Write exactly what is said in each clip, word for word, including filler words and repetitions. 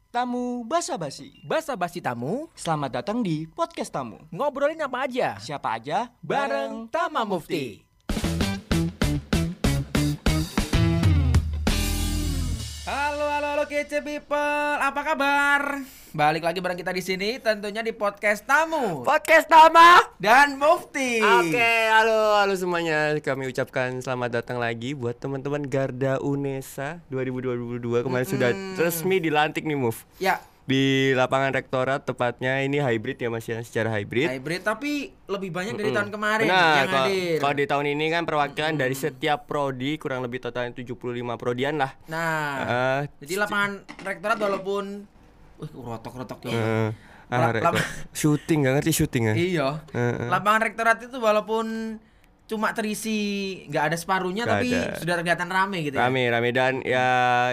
Tamu basa-basi. Basa-basi tamu. Selamat datang di podcast tamu. Ngobrolin apa aja? Siapa aja? Bareng Tama Mufti. Halo, halo, halo kece people. Apa kabar? Balik lagi bareng kita di sini, tentunya di podcast tamu. Podcast Tama dan Mufti. Oke, halo, halo semuanya. Kami ucapkan selamat datang lagi buat teman-teman Garda Unesa dua ribu dua puluh dua. Kemarin hmm. sudah resmi dilantik nih, Muf. Ya. Di lapangan rektorat, tepatnya ini hybrid ya, Mas ya, secara hybrid. Hybrid tapi lebih banyak dari Mm-mm. tahun kemarin. Nah, kalau di tahun ini kan perwakilan mm. dari setiap prodi kurang lebih totalnya tujuh puluh lima prodian lah. Nah, uh, jadi lapangan rektorat walaupun wih, rotok-rotok ya. Uh, ah, La- lap- syuting, gak ngerti syuting ya? Iya. Uh, uh. Lapangan rektorat itu walaupun cuma terisi nggak ada separuhnya gak tapi ada. Sudah kelihatan rame gitu. Rame, ya. Rame dan ya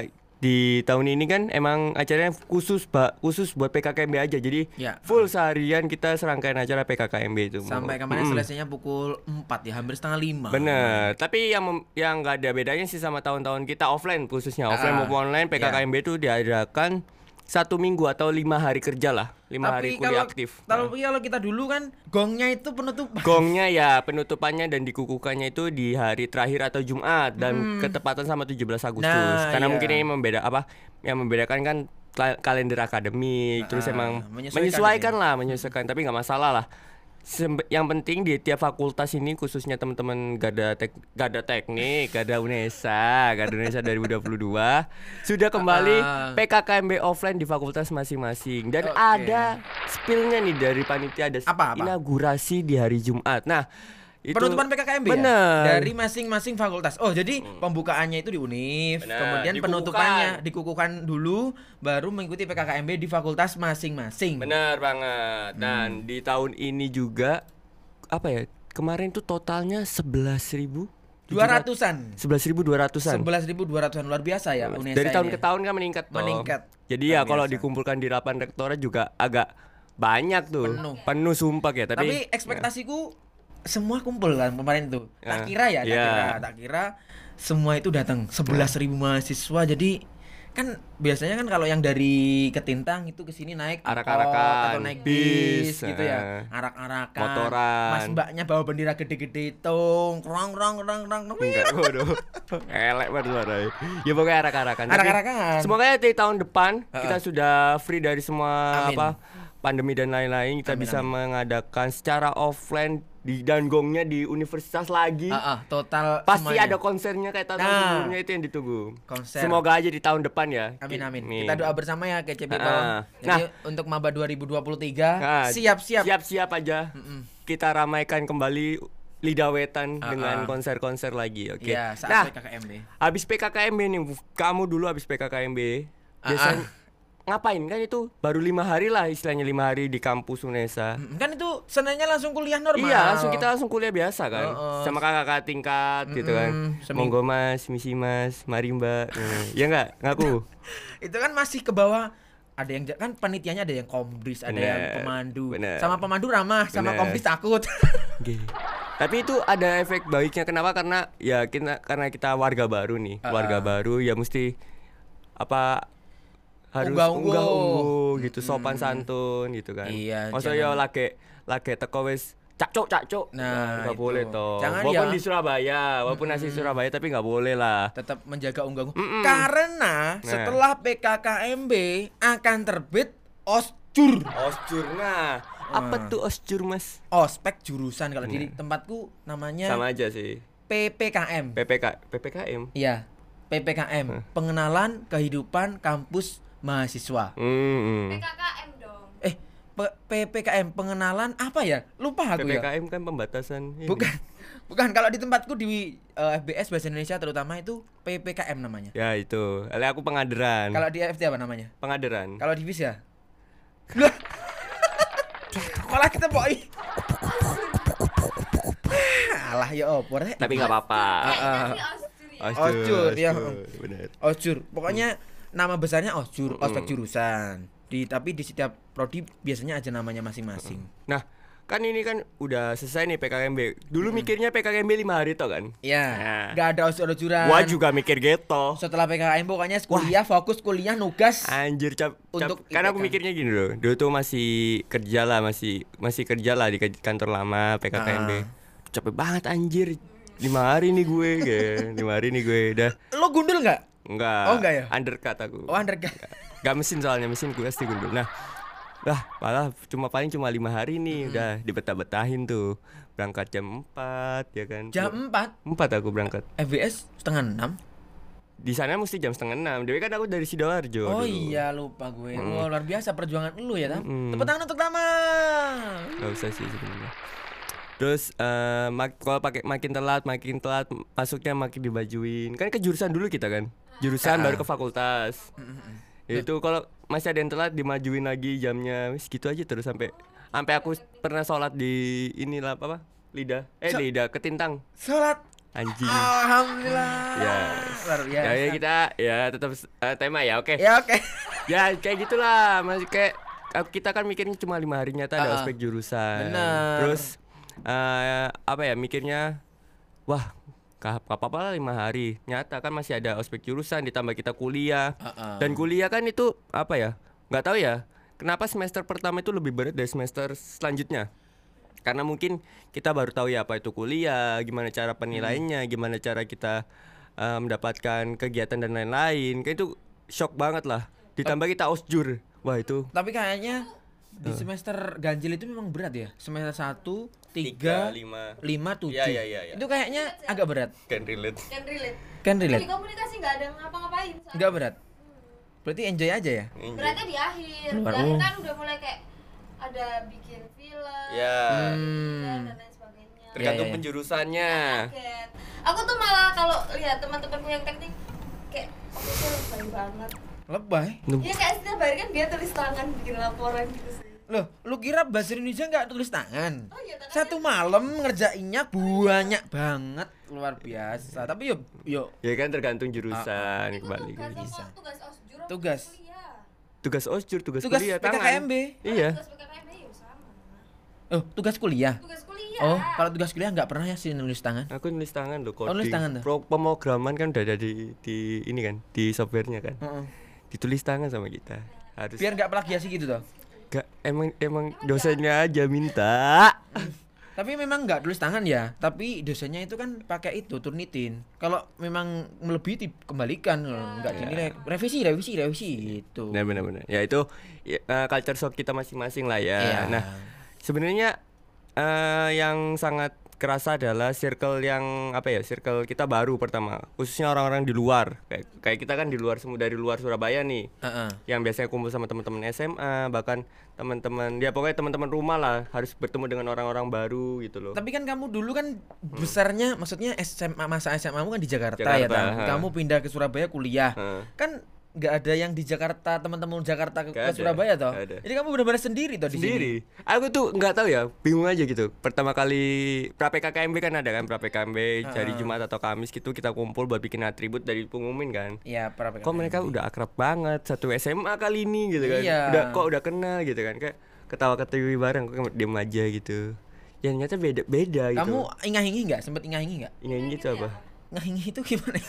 di tahun ini kan emang acaranya khusus ba- khusus buat P K K M B aja. Jadi ya. Full seharian kita serangkaian acara P K K M B itu. Sampai kemarin mm. selesainya pukul empat ya, hampir setengah lima. Bener. Tapi yang mem- yang nggak ada bedanya sih sama tahun-tahun kita offline, khususnya offline uh, maupun online. P K K M B itu ya. diadakan satu minggu atau lima hari kerja lah, lima hari kuliah kalau, aktif. Tapi nah. kalau kita dulu kan gongnya itu penutupan. Gongnya ya penutupannya dan dikukukannya itu di hari terakhir atau Jumat dan hmm. ketepatan sama tujuh belas Agustus. Nah, Karena iya. mungkin ini membeda apa? Yang membedakan kan kalender akademik, nah, terus emang menyesuaikan, menyesuaikan ya. lah, menyesuaikan. Tapi nggak masalah lah. Yang penting di tiap fakultas ini khususnya teman-teman Garda tek, Garda Teknik, Garda Unesa, Garda Unesa dua ribu dua puluh dua sudah kembali uh, P K K M B offline di fakultas masing-masing dan okay. ada spillnya nih dari panitia, ada apa, apa? inaugurasi di hari Jumat. Nah, itu penutupan P K K M B bener. ya? Dari masing-masing fakultas. Oh, jadi hmm. pembukaannya itu di Univ, bener. kemudian dikukukan. penutupannya dikukukan dulu, baru mengikuti P K K M B di fakultas masing-masing. Benar banget. Hmm. Dan di tahun ini juga apa ya? Kemarin tuh totalnya sebelas ribu dua ratusan. sebelas ribu dua ratusan. sebelas ribu dua ratusan, luar biasa ya Unesa. Dari tahun ini. ke tahun kan meningkat toh. Meningkat. Jadi ya kalau dikumpulkan di lapangan rektorat juga agak banyak tuh. Penuh. Penuh sumpah ya, tapi Tapi ekspektasiku ya. Semua kumpul kan kemarin tuh. Tak kira ya, tak yeah. kira, tak kira semua itu datang sebelas ribu mahasiswa. Jadi kan biasanya kan kalau yang dari Ketintang itu ke sini naik arak-arakan atau naik bis, bis gitu ya. Arak-arakan. Motoran. Mas mbaknya bawa bendera gede-gede tung, rong rong rong rong. Enggak, waduh. Elek banget suaranya. Ya pokoknya arak-arakan. Arak-arakan. Semoga di tahun depan uh-uh. kita sudah free dari semua Amin. apa pandemi dan lain-lain, kita amin, bisa amin. mengadakan secara offline di dan gongnya di universitas lagi. Uh, uh, total pasti semuanya. ada konsernya kayak tahun nah, sebelumnya, itu yang ditunggu. Konser. Semoga aja di tahun depan ya. Amin amin. Nih. Kita doa bersama ya kece people. Uh, Jadi nah, untuk maba dua ribu dua puluh tiga nah, siap-siap. Siap-siap aja. Mm-mm. Kita ramaikan kembali lidah wetan uh, dengan uh. konser-konser lagi. Oke. Okay? Ya, saat nah, P K K M B. Habis P K K M B nih, kamu dulu habis P K K M B. Biasanya uh, uh. ngapain kan itu baru lima hari lah istilahnya, lima hari di kampus Unesa. Kan itu senangnya langsung kuliah normal. Iya, langsung kita langsung kuliah biasa kan. Uh, uh. Sama kakak-kakak tingkat mm-mm, gitu kan. Seming- Monggo Mas, misi Mas, mari Mbak. Hmm. Ya enggak? Ngaku. Itu kan masih ke bawah. Ada yang kan panitianya ada yang komdis, ada bener, yang pemandu. Bener. Sama pemandu ramah, sama bener. komdis takut. Okay. Tapi itu ada efek baiknya. Kenapa? Karena ya kita karena kita warga baru nih. Uh, warga baru ya mesti apa harus unggah-ungguh gitu, sopan hmm. santun gitu kan. Iya. Maksudnya ya lagi lagi teko wis cak-cok cak-cok. Nah, enggak boleh toh. Jangan walaupun ya. di Surabaya, walaupun asli hmm. Surabaya tapi enggak boleh lah. Tetap menjaga unggah-ungguh. Mm-mm. Karena nah. setelah P K K M B akan terbit OSJUR. OSJUR. Nah, apa hmm. tuh OSJUR, Mas? Ospek jurusan. Kalau nah. di tempatku namanya sama aja sih. P P K M. P P K P P K M. Iya. P P K M. Hmm. Pengenalan kehidupan kampus mahasiswa. Hmm. P K K M dong. Eh, P P K M pengenalan apa ya? Lupa aku ya. P P K M kan pembatasan. Bukan. Bukan, kalau di tempatku di uh, F B S Bahasa Indonesia terutama itu P P K M namanya. Ya itu. Kalau aku pengaderan. Kalau di F T apa namanya? Pengaderan. Kalau di F I S ya? Malah kita boy. Alah ya opor. Tapi enggak apa-apa. Heeh. OSJUR ya. Benar. OSJUR. Pokoknya nama besarnya OSJUR, ospek jurusan. Di tapi di setiap prodi biasanya aja namanya masing-masing. Nah, kan ini kan udah selesai nih P K K M B. Dulu hmm. mikirnya P K K M B lima hari toh kan? Iya. Nah. Gak ada osur-osuran. Gua juga mikir gitu. Setelah P K K M B pokoknya kuliah, Wah. fokus kuliah, nugas. Anjir cap. Untuk cap. Karena aku mikirnya gini loh. Dulu tuh masih kerja lah, masih masih kerja lah di kantor lama P K K M B. Ah. Capek banget anjir. lima hari nih gue, kayak lima hari nih gue udah. Lo gundul nggak? Enggak. Oh enggak ya? Undercut aku. Oh undercut. Gak, gak mesin soalnya mesin gue pasti gundul. Nah, lah, malah cuma paling cuma lima hari nih hmm. udah dibetah-betahin tuh. Berangkat jam empat ya kan. Jam empat? empat aku berangkat. F B S setengah enam. Di sana mesti jam setengah enam. Dewi kan aku dari Sidoarjo. Oh dulu. iya lupa gue. Hmm. Oh, luar biasa perjuangan lu ya, Tam. Hmm. Tepuk tangan untuk Tama. Gak usah sih sebenarnya. Terus uh, mak- kalau pakai makin telat, makin telat masuknya makin dibajuin. Kan ke jurusan dulu kita kan. Jurusan ah. baru ke fakultas. Ya itu kalau masih ada yang telat dimajuin lagi jamnya. Wis gitu aja terus sampai sampai aku pernah sholat di inilah apa? Lidah. Eh so- Lidah Ketintang. Sholat anjing. Alhamdulillah. Ya. Luar biasa. Ya, ya kita ya tetap uh, tema ya, oke. Okay. Ya oke. Okay. Ya kayak gitulah. Masih kayak kita kan mikirnya cuma lima hari, nyata ada uh, ospek jurusan. Bener. Terus uh, apa ya mikirnya, wah gak apa-apa lah lima hari. Nyata kan masih ada ospek jurusan ditambah kita kuliah. Uh-uh. Dan kuliah kan itu apa ya? Nggak tahu ya. Kenapa semester pertama itu lebih berat dari semester selanjutnya? Karena mungkin kita baru tahu ya apa itu kuliah, gimana cara penilaiannya, hmm. gimana cara kita uh, mendapatkan kegiatan dan lain-lain. Kayak itu shock banget lah. Ditambah kita osjur. Wah itu. Tapi kayaknya di semester ganjil itu memang berat ya. Semester satu, tiga, lima, tujuh. Ya, ya, ya, ya. Itu kayaknya ya, agak berat. Can relate. Can relate. Can relate. Di komunikasi nggak ada ngapa-ngapain. Nggak berat. Berarti enjoy aja ya. Enjoy. Berarti di akhir. Di akhir kan udah mulai kayak ada bikin film. Ya. Hmm. Dan lain sebagainya. Tergantung ya, ya. penjurusannya. Kaget. Aku tuh malah kalau lihat teman-temanku yang teknik kayak oh itu lebay banget. Lebay? Iya kayak setiap hari kan dia tulis tangan bikin laporan gitu sih. Loh, lu kira bahasa Indonesia nggak tulis tangan? Oh, iya, Satu malam ngerjainnya banyak banget, luar biasa. Tapi yuk, yuk. Ya kan tergantung jurusan uh, kembali. Tugas, bisa. Tugas osjur. Tugas. Tugas osjur, tugas, tugas kuliah, P K K M B. Tangan. Iya. Tugas P K K M B ya sama. Oh, tugas kuliah. Tugas kuliah. Oh, kalau tugas kuliah nggak pernah ya sih nulis tangan. Aku nulis tangan loh, coding. Oh, nulis tangan tuh. Pro pemrograman kan udah ada di di ini kan, di softwarenya kan. Uh-uh. Ditulis tangan sama kita. Harus. Biar nggak plagiasi gitu toh. Gak, emang emang dosennya aja minta. Tapi memang nggak tulis tangan ya. Tapi dosennya itu kan pakai itu turnitin. Kalau memang melebihi kembalikan, nggak ya. Dinilai. Revisi, revisi, revisi gitu. Nah benar-benar. Ya itu ya, uh, culture shock kita masing-masing lah ya. Ya. Nah sebenarnya uh, yang sangat kerasa adalah circle yang apa ya, circle kita baru pertama, khususnya orang-orang di luar, kayak kayak kita kan di luar semua, dari luar Surabaya nih, uh-uh. yang biasanya kumpul sama teman-teman S M A, bahkan teman-teman ya pokoknya teman-teman rumah lah, harus bertemu dengan orang-orang baru gitu loh. Tapi kan kamu dulu kan besarnya, hmm. maksudnya S M A, masa S M A mu kan di Jakarta, Jakarta ya kan, kamu pindah ke Surabaya kuliah, ha. Kan nggak ada yang di Jakarta, teman-teman Jakarta ke, ke Surabaya toh. Jadi kamu benar-benar sendiri toh di sendiri. Sini. Aku tuh nggak tahu ya, bingung aja gitu. Pertama kali pra P K K M B kan ada kan, pra P K K M B uh-huh. hari Jumat atau Kamis gitu kita kumpul buat bikin atribut dari pengumumin kan. Iya, pra P K K M B. Kok mereka udah akrab banget, satu S M A kali ini gitu kan. Iya. Udah kok udah kenal gitu kan, kayak ketawa-ketawa bareng, kok diem aja gitu. Ya ternyata beda-beda gitu. Kamu ingah-ingih nggak? Sempet ingah-ingih nggak? Ingah-ingih itu apa? Ingah-ingih itu gimana?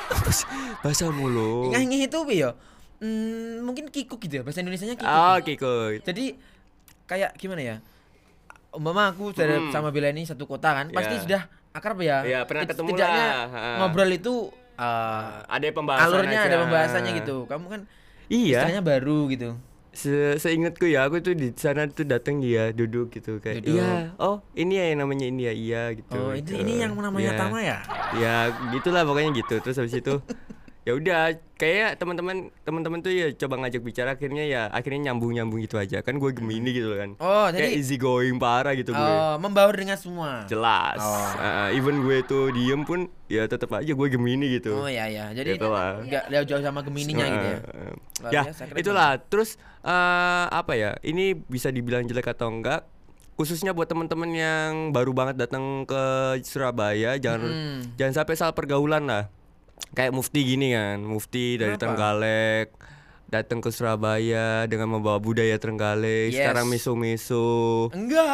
Bahasa mulu. Ingah-ingih itu apa ya? Hmm, mungkin kikuk gitu ya, bahasa Indonesianya kikuk. Oh, kikuk. Jadi kayak gimana ya? Umpama aku sudah hmm. sama Bella ini satu kota kan, yeah. pasti sudah akrab ya. Iya, yeah, pernah ketemu Setidaknya lah. ngobrol itu uh, ada pembahasan alurnya, aja. ada pembahasannya gitu. Kamu kan iya. istilahnya baru gitu. Se Seingatku ya, aku tuh di sana tuh datang dia duduk gitu kayak duduk. Iya, oh ini ya yang namanya ini ya, iya gitu. Oh, gitu. ini ini yang namanya ya. Tama ya? Ya, gitulah pokoknya gitu. Terus habis itu ya udah kayak teman-teman teman-teman tuh ya coba ngajak bicara, akhirnya ya akhirnya nyambung-nyambung gitu aja kan, gue Gemini gitu kan. Oh, kayak jadi easy going parah gitu. Oh, gue membaur dengan semua jelas. Oh. Uh, even gue tuh diem pun ya tetap aja gue Gemini gitu. Oh ya ya, jadi gitu nggak jauh-jauh sama Gemininya uh, gitu ya. Uh, ya itulah. Terus uh, apa ya, ini bisa dibilang jelek atau enggak, khususnya buat teman-teman yang baru banget datang ke Surabaya, jangan hmm. jangan sampai salah pergaulan lah. Kayak Mufti gini kan, Mufti dari Kenapa? Trenggalek datang ke Surabaya dengan membawa budaya Trenggalek. Yes. Sekarang miso-miso. Enggak.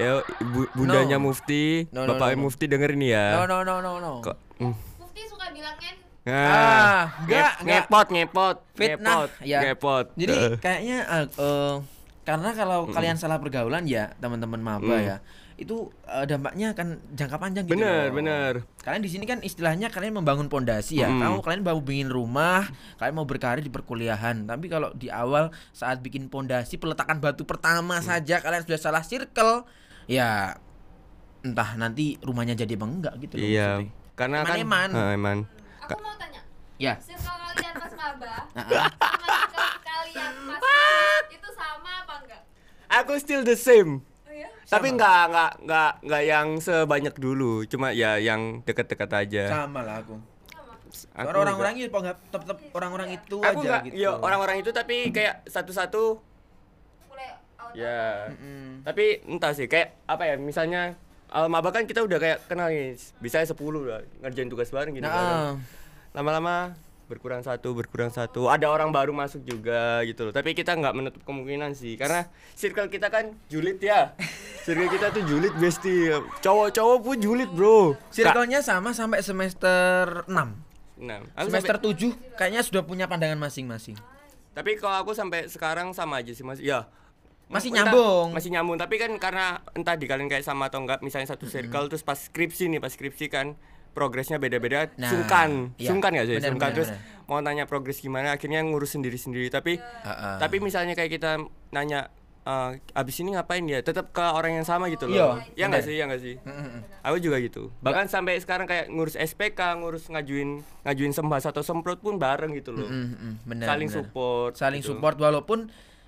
Ya ibu, bundanya No. Mufti, No, no, bapaknya no, no. Mufti denger ini ya. No no no no no. Kok mm. Mufti suka bilang kan Nah, Ah, enggak, ngep- enggak. ngepot, ngepot, Fitnah, ngepot, ya. ngepot. Jadi Eh. kayaknya uh, uh, karena kalau kalian salah pergaulan ya teman-teman maba Mm. ya, itu uh, dampaknya akan jangka panjang gitu. Bener, loh. bener. Kalian di sini kan istilahnya kalian membangun pondasi ya. Mm. Kamu kalian mau bikin rumah, kalian mau berkarir di perkuliahan. Tapi kalau di awal saat bikin pondasi peletakan batu pertama Mm. saja kalian sudah salah circle, ya entah nanti rumahnya jadi apa enggak gitu loh. Iya, maksudnya. karena kan Eman-eman. Ah, eman. aku mau tanya Ya. circle kalian pas maba Nah, sama circle kalian pas kuliah itu sama apa enggak? Aku still the same. Oh ya? Tapi Sama. nggak nggak nggak nggak yang sebanyak dulu, cuma ya yang dekat-dekat aja. sama lah aku. Sama. Aku Karena orang-orang itu tetap tetap orang-orang itu nggak- aku aja nggak, gitu. ya orang-orang itu tapi kayak satu-satu, Mulai awal ya. Mm-mm. Tapi entah sih, kayak apa ya, misalnya uh, maba kan kita udah kayak kenal nih, bisa sepuluh lah ngerjain tugas bareng gitu. Nah, bareng. Lama-lama berkurang satu, berkurang satu. Ada orang baru masuk juga gitu loh. Tapi kita nggak menutup kemungkinan sih, karena circle kita kan julid ya. Circle kita tuh julid besti. Cowok-cowok pun julid bro. circle-nya sama sampai semester enam. Nah, aku Semester sampai- tujuh kayaknya sudah punya pandangan masing-masing. tapi kalau aku sampai sekarang sama aja sih, masih ya Masih entah- nyambung. masih nyambung, tapi kan karena entah di kalian kayak sama atau enggak, misalnya satu circle terus pas skripsi nih, pas skripsi kan progresnya beda-beda, Nah, sungkan, iya. sungkan gak sih, Benar, sungkan benar, terus benar. mau tanya progres gimana, akhirnya ngurus sendiri-sendiri, tapi Heeh. tapi misalnya kayak kita nanya eh, abis ini ngapain ya, tetap ke orang yang sama gitu loh. Iya, Ya nggak benar. sih, ya nggak sih. Mm-mm. Aku juga gitu. Bahkan sampai sekarang kayak ngurus S P K, ngurus ngajuin ngajuin sembahas atau semprot pun bareng gitu loh. Mm-mm, benar, Saling benar. support. Saling gitu. support walaupun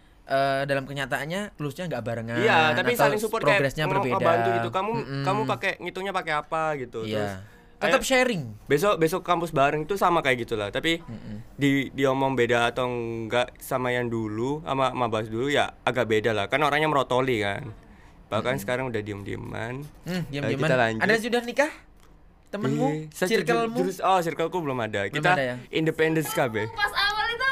eh, dalam kenyataannya lulusnya nggak barengan. Iya, tapi atau saling support kayak progresnya nge- berbeda. ngebantu gitu. Kamu Mm-mm. kamu pakai ngitungnya pakai apa gitu. Terus Iya. Tetap ayo, sharing. besok besok kampus bareng itu sama kayak gitulah. Tapi di diomong beda atau enggak sama yang dulu, sama sama bahas dulu ya agak beda lah. Kan orangnya merotoli kan. Bahkan sekarang udah diem-dieman. Hmm, Eh, diam-diaman. kita lanjut. Ada sudah nikah? Temenmu? Eh, saya Circlemu? jurus- oh, circleku belum ada. Belum Kita ada ya? independence K B. pas awal itu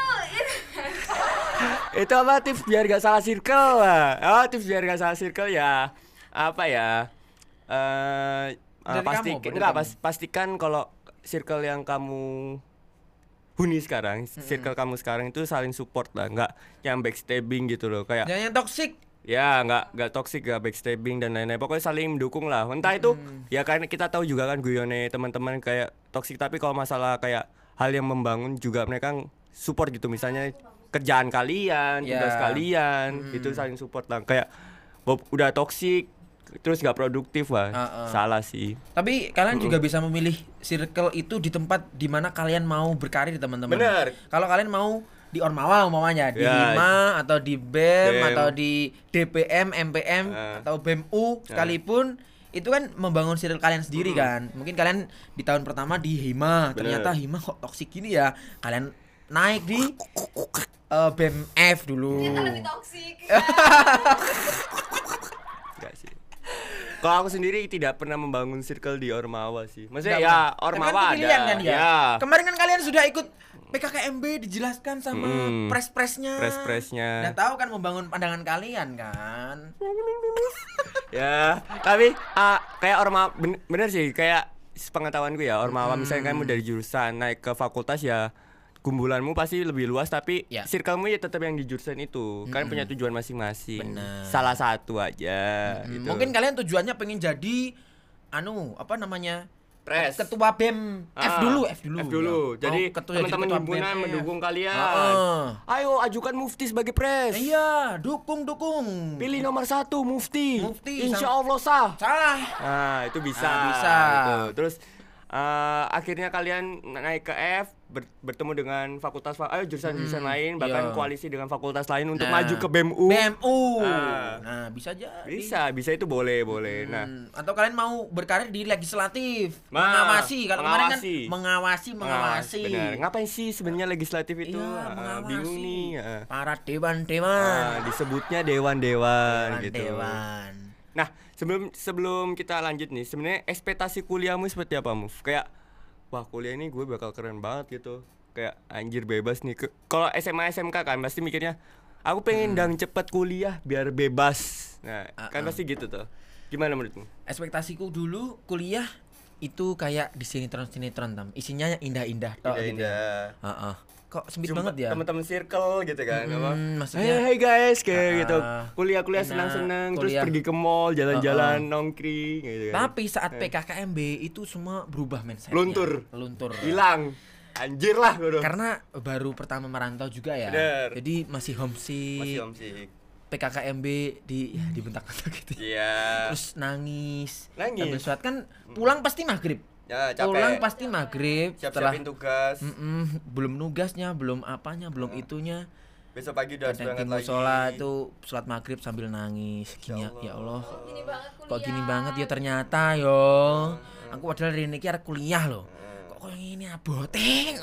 Itu apa tips biar gak salah circle lah. Oh, tips biar gak salah circle ya. Apa ya? Eh uh, Dari pasti kamu, apa dari enggak kamu? pas, pastikan kalau circle yang kamu huni sekarang, circle kamu sekarang itu saling support lah, enggak yang backstabbing gitu loh, kayak Jangan yang toxic. ya nggak nggak toxic, nggak backstabbing dan lain-lain, pokoknya saling mendukung lah. Entah itu ya kan kita tahu juga kan guyone teman-teman kayak toxic, tapi kalau masalah kayak hal yang membangun juga mereka support gitu, misalnya kerjaan kalian, Ya. tugas kalian, itu saling support lah. Kayak Bob udah toxic terus nggak produktif lah, Uh-uh. salah sih. Tapi kalian juga bisa memilih circle itu di tempat di mana kalian mau berkarir, teman-teman. Bener. Kalau kalian mau di Ormawa umpamanya, di Ya. Hima atau di B E M, B E M. atau di D P M, M P M Uh. atau B E M U sekalipun, itu kan membangun circle kalian sendiri kan. Mungkin kalian di tahun pertama di Hima, Bener. ternyata Hima kok toksik gini ya. Kalian naik di eh, B E M F dulu. ternyata lebih toksik. Enggak sih. Kalau aku sendiri tidak pernah membangun circle di Ormawa sih. Maksudnya Nggak ya pernah. Ormawa Tapi kan ada. pilihan kan ya? Ya. Kemarin kan kalian sudah ikut P K K M B, dijelaskan sama Mm. pres-presnya. Pres-presnya. Udah tahu kan membangun pandangan kalian kan. Ya, tapi ah, kayak Ormawa ben- bener sih, kayak sepengetahuan gue ya, Ormawa misalnya kamu dari jurusan naik ke fakultas ya kumpulanmu pasti lebih luas, tapi Ya. circlemu ya tetap yang di jurusan itu. Kalian punya tujuan masing-masing. Benar. Salah satu aja gitu. Mungkin kalian tujuannya pengen jadi anu, apa namanya? Pres. Ketua B E M F Ah, dulu, F dulu. F dulu. Ya. Jadi Mau ketua- jadi teman-teman ketua himpunan B E M F. mendukung kalian. Heeh. Ayo ajukan Mufti sebagai pres. Iya, dukung dukung. Pilih nomor satu Mufti. Mufti, Insya sam- Allah sah. Salah. Nah itu bisa. Ah, bisa. Gitu. Terus eh, akhirnya kalian naik ke F, ber- bertemu dengan fakultas, fa- ayo jurusan-jurusan lain, bahkan iya. koalisi dengan fakultas lain untuk Nah, maju ke B E M U. B E M U. Ah. Nah, bisa aja. Bisa, bisa itu boleh, boleh. Nah, Hmm, atau kalian mau berkarir di legislatif, Nah, mengawasi. Kalau kemarin kan mengawasi. mengawasi, mengawasi. benar. Ngapain sih sebenarnya legislatif itu? Iya, Ah, mengawasi. bingung nih. ah. Para dewan-dewan. Ah, disebutnya dewan-dewan gitu. Dewan. Nah, sebelum sebelum kita lanjut nih, sebenarnya ekspektasi kuliahmu seperti apa, Muf? Kayak wah, kuliah ini gue bakal keren banget gitu. Kayak anjir bebas nih. Ke- Kalau S M A S M K kan pasti mikirnya aku pengen dang cepet kuliah biar bebas. Nah, kan Uh-uh. pasti gitu tuh. Gimana menurutmu? Ekspektasiku dulu kuliah itu kayak di sinetron-sinetron tam. Isinya yang indah-indah tok gitu. Indah-indah. Heeh. Kok sempit Jumpa banget ya? Teman-teman circle gitu kan. apa? Hmm, Hey, maksudnya hey guys kayak Ah, gitu. Kuliah-kuliah enak, senang-senang terus kuliah. pergi ke mall, jalan-jalan, Uh-uh. nongkring gitu kan. tapi saat P K K M B itu semua berubah mindsetnya. Luntur. Luntur. Hilang. Anjir lah gue dong. Karena baru pertama merantau juga ya. Bener. Jadi masih homesick. Masih homesick. P K K M B di ya dibentak-bentak gitu. Iya. Terus nangis. Nangis. Sambil sholat kan pulang pasti maghrib. Ya, capek. Pulang pasti maghrib setelah Siap-siapin tugas. Mm-mm, belum nugasnya, belum apanya, belum itunya. Besok pagi udah harus Kadang berangkat di lagi. musola itu sholat maghrib sambil nangis. Gini ya, ya Allah. Kok gini banget kuliah. Kok gini banget ya ternyata yo. Aku padahal hari ini arep kuliah loh. Kok kayak gini abote.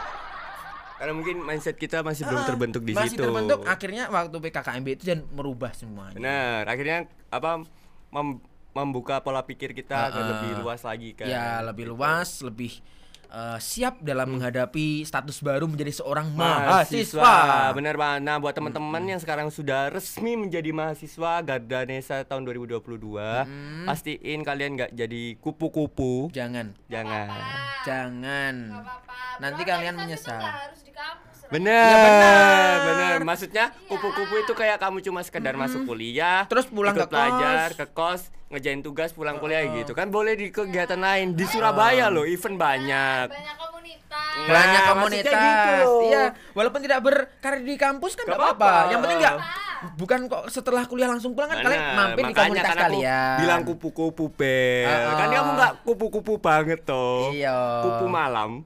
Karena mungkin mindset kita masih belum terbentuk di Masih situ. terbentuk, akhirnya waktu P K K M B itu dan merubah semuanya. Benar, akhirnya apa mem- membuka pola pikir kita agar Ah, ah. lebih luas lagi kan. Ya, lebih luas, lebih eh, siap dalam Hmm. menghadapi status baru menjadi seorang mahasiswa. mahasiswa. Benar banget. Nah, buat teman-teman yang sekarang sudah resmi menjadi mahasiswa Gardanesa tahun dua ribu dua puluh dua, pastiin kalian nggak jadi kupu-kupu. Jangan, Jangan. jangan. Gak apa-apa. Nanti Berorganisasi kalian tuh menyesal. nggak harus di kampus. Ray. Bener, Ya, benar. bener. Maksudnya kupu-kupu itu kayak kamu cuma sekedar masuk kuliah, Terus pulang ikut ke belajar, kos. ke kos, ngerjain tugas, pulang kuliah gitu kan. Boleh di kegiatan lain. Di Surabaya loh, event banyak. Banyak komunitas. Nah, Banyak maksudnya komunitas. gitu loh. Iya, walaupun tidak berkarir di kampus kan Gak enggak apa-apa. apa-apa. Yang penting enggak bukan kok setelah kuliah langsung pulang kan kalian Nah, mampir di makanya komunitas kan aku kalian. bilang kupu-kupu Bel. Ah, Kan ah. kamu nggak kupu-kupu banget toh. Iya. Kupu malam.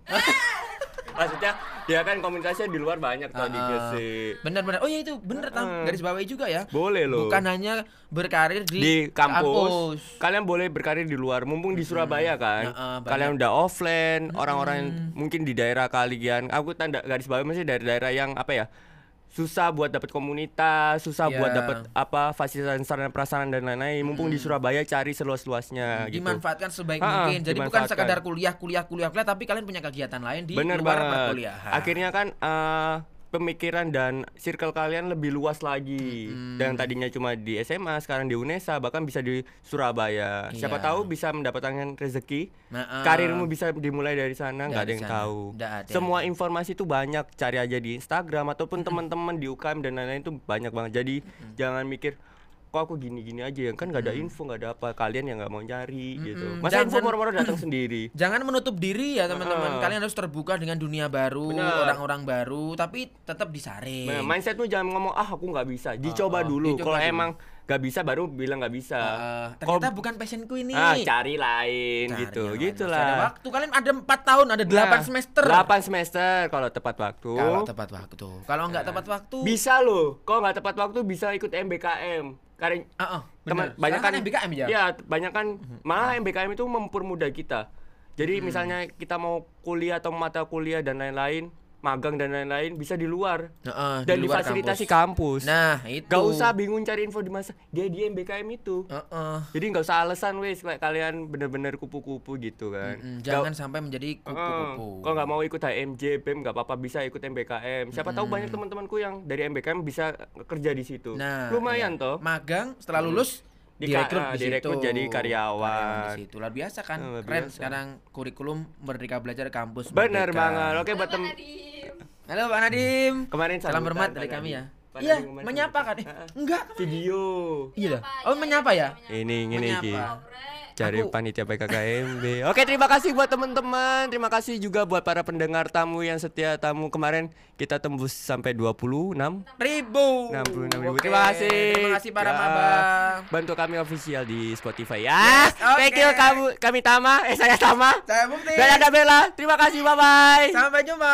Maksudnya dia kan komunitasnya di luar banyak tuh di Ah, Gresik. Bener-bener. Oh ya itu bener tam Ah. garis bawahi juga ya. Boleh loh. Bukan hanya berkarir di, Di kampus, kalian boleh berkarir di luar. Mumpung di Surabaya kan, Nah, ah, banyak. kalian udah offline. Orang-orang yang mungkin di daerah kalian, aku tanda garis bawah masih dari daerah yang apa ya, susah buat dapat komunitas, susah Iya. buat dapat apa fasilitas sarana prasarana dan lain-lain. Mumpung di Surabaya cari seluas-luasnya gitu. dimanfaatkan sebaik Ah, mungkin. Jadi bukan dimanfaatkan. sekadar kuliah, kuliah, kuliah, kuliah, tapi kalian punya kegiatan lain di Bener luar banget. perkuliahan. Akhirnya kan eh, pemikiran dan circle kalian lebih luas lagi. Dan tadinya cuma di S M A, sekarang di UNESA, bahkan bisa di Surabaya. Siapa Iya. tahu bisa mendapatkan rezeki. Nah, eh, Karirmu bisa dimulai dari sana, nggak ada dari yang sana. tahu. Nggak ada. Semua informasi itu banyak, cari aja di Instagram ataupun teman-teman di U K M dan lain-lain itu banyak banget. Jadi jangan mikir kok aku gini-gini aja ya kan nggak ada info, nggak ada apa, kalian yang nggak mau cari gitu. Masa info Jangan- moro-moro datang sendiri. Jangan menutup diri ya teman-teman. Ah. Kalian harus terbuka dengan dunia baru, Benar. orang-orang baru, tapi tetap disaring. Nah, mindsetmu jangan ngomong ah aku nggak bisa, dicoba oh, dulu. dicoba Kalau dulu. emang nggak bisa baru bilang nggak bisa. Eh, Kalau- ternyata bukan passionku ini. ah cari lain Cari gitu, yang lain. gitulah. Masih ada waktu. Kalian ada empat tahun, ada delapan Nah, semester. delapan semester kalau tepat waktu. Kalau tepat waktu. Kalau nggak tepat waktu. Bisa loh. Kalau nggak tepat waktu bisa ikut M B K M. Karena Ah, ah, teman bener. banyak Sekarang kan M B K M ya. Iya, banyak kan malah M B K M itu mempermudah kita. Jadi misalnya kita mau kuliah atau mata kuliah dan lain-lain, magang dan lain-lain bisa di luar. Heeh, Dan di luar difasilitasi kampus. kampus. Nah, itu. Gak usah bingung cari info di masa dia di M B K M itu. Heeh. Jadi nggak usah alasan wes kayak kalian bener-bener kupu-kupu gitu kan. Mm-mm, Nggak- jangan sampai menjadi Heeh. kupu-kupu. Kalau nggak mau ikut H M J, B E M nggak apa-apa, bisa ikut M B K M. Siapa tahu banyak teman-temanku yang dari M B K M bisa kerja di situ. Nah, lumayan iya. toh. Magang setelah lulus Di- direkrut ah, di direkrut situ. jadi karyawan. di situ. Luar biasa kan. Ah, luar Keren biasa. sekarang kurikulum Merdeka Belajar kampus Bener Merdeka. banget. Oke buat Halo, tem Pak Nadiem. Halo Pak Nadim. kemarin Salam sambutan hormat Pak dari kami Nadiem. ya. Pak Iya, Nadiem kemarin menyapa kan? Eh, sambutan. enggak. Video. Iya dah. Menyapa, Oh, iya, menyapa ya? menyapa. Ini ngene iki. Menyapa. Bre. Cari Aku- panitia P K K M B. Oke, terima kasih buat teman-teman. Terima kasih juga buat para pendengar tamu yang setia tamu. Kemarin kita tembus sampai dua puluh enam Ribu. enam puluh enam ribu. Oke, Terima kasih. Terima kasih para Ya, maba. Bantu kami official di Spotify ya. Yes, Thank oke. you kamu kami Tama. Eh saya Tama. Saya Mukti. Dan ada Bella. Terima kasih. Bye bye. Sampai jumpa.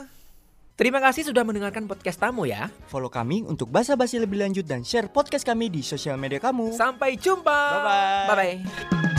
Terima kasih sudah mendengarkan podcast tamu ya. Follow kami untuk basa-basi lebih lanjut dan share podcast kami di sosial media kamu. Sampai jumpa. Bye-bye. Bye bye.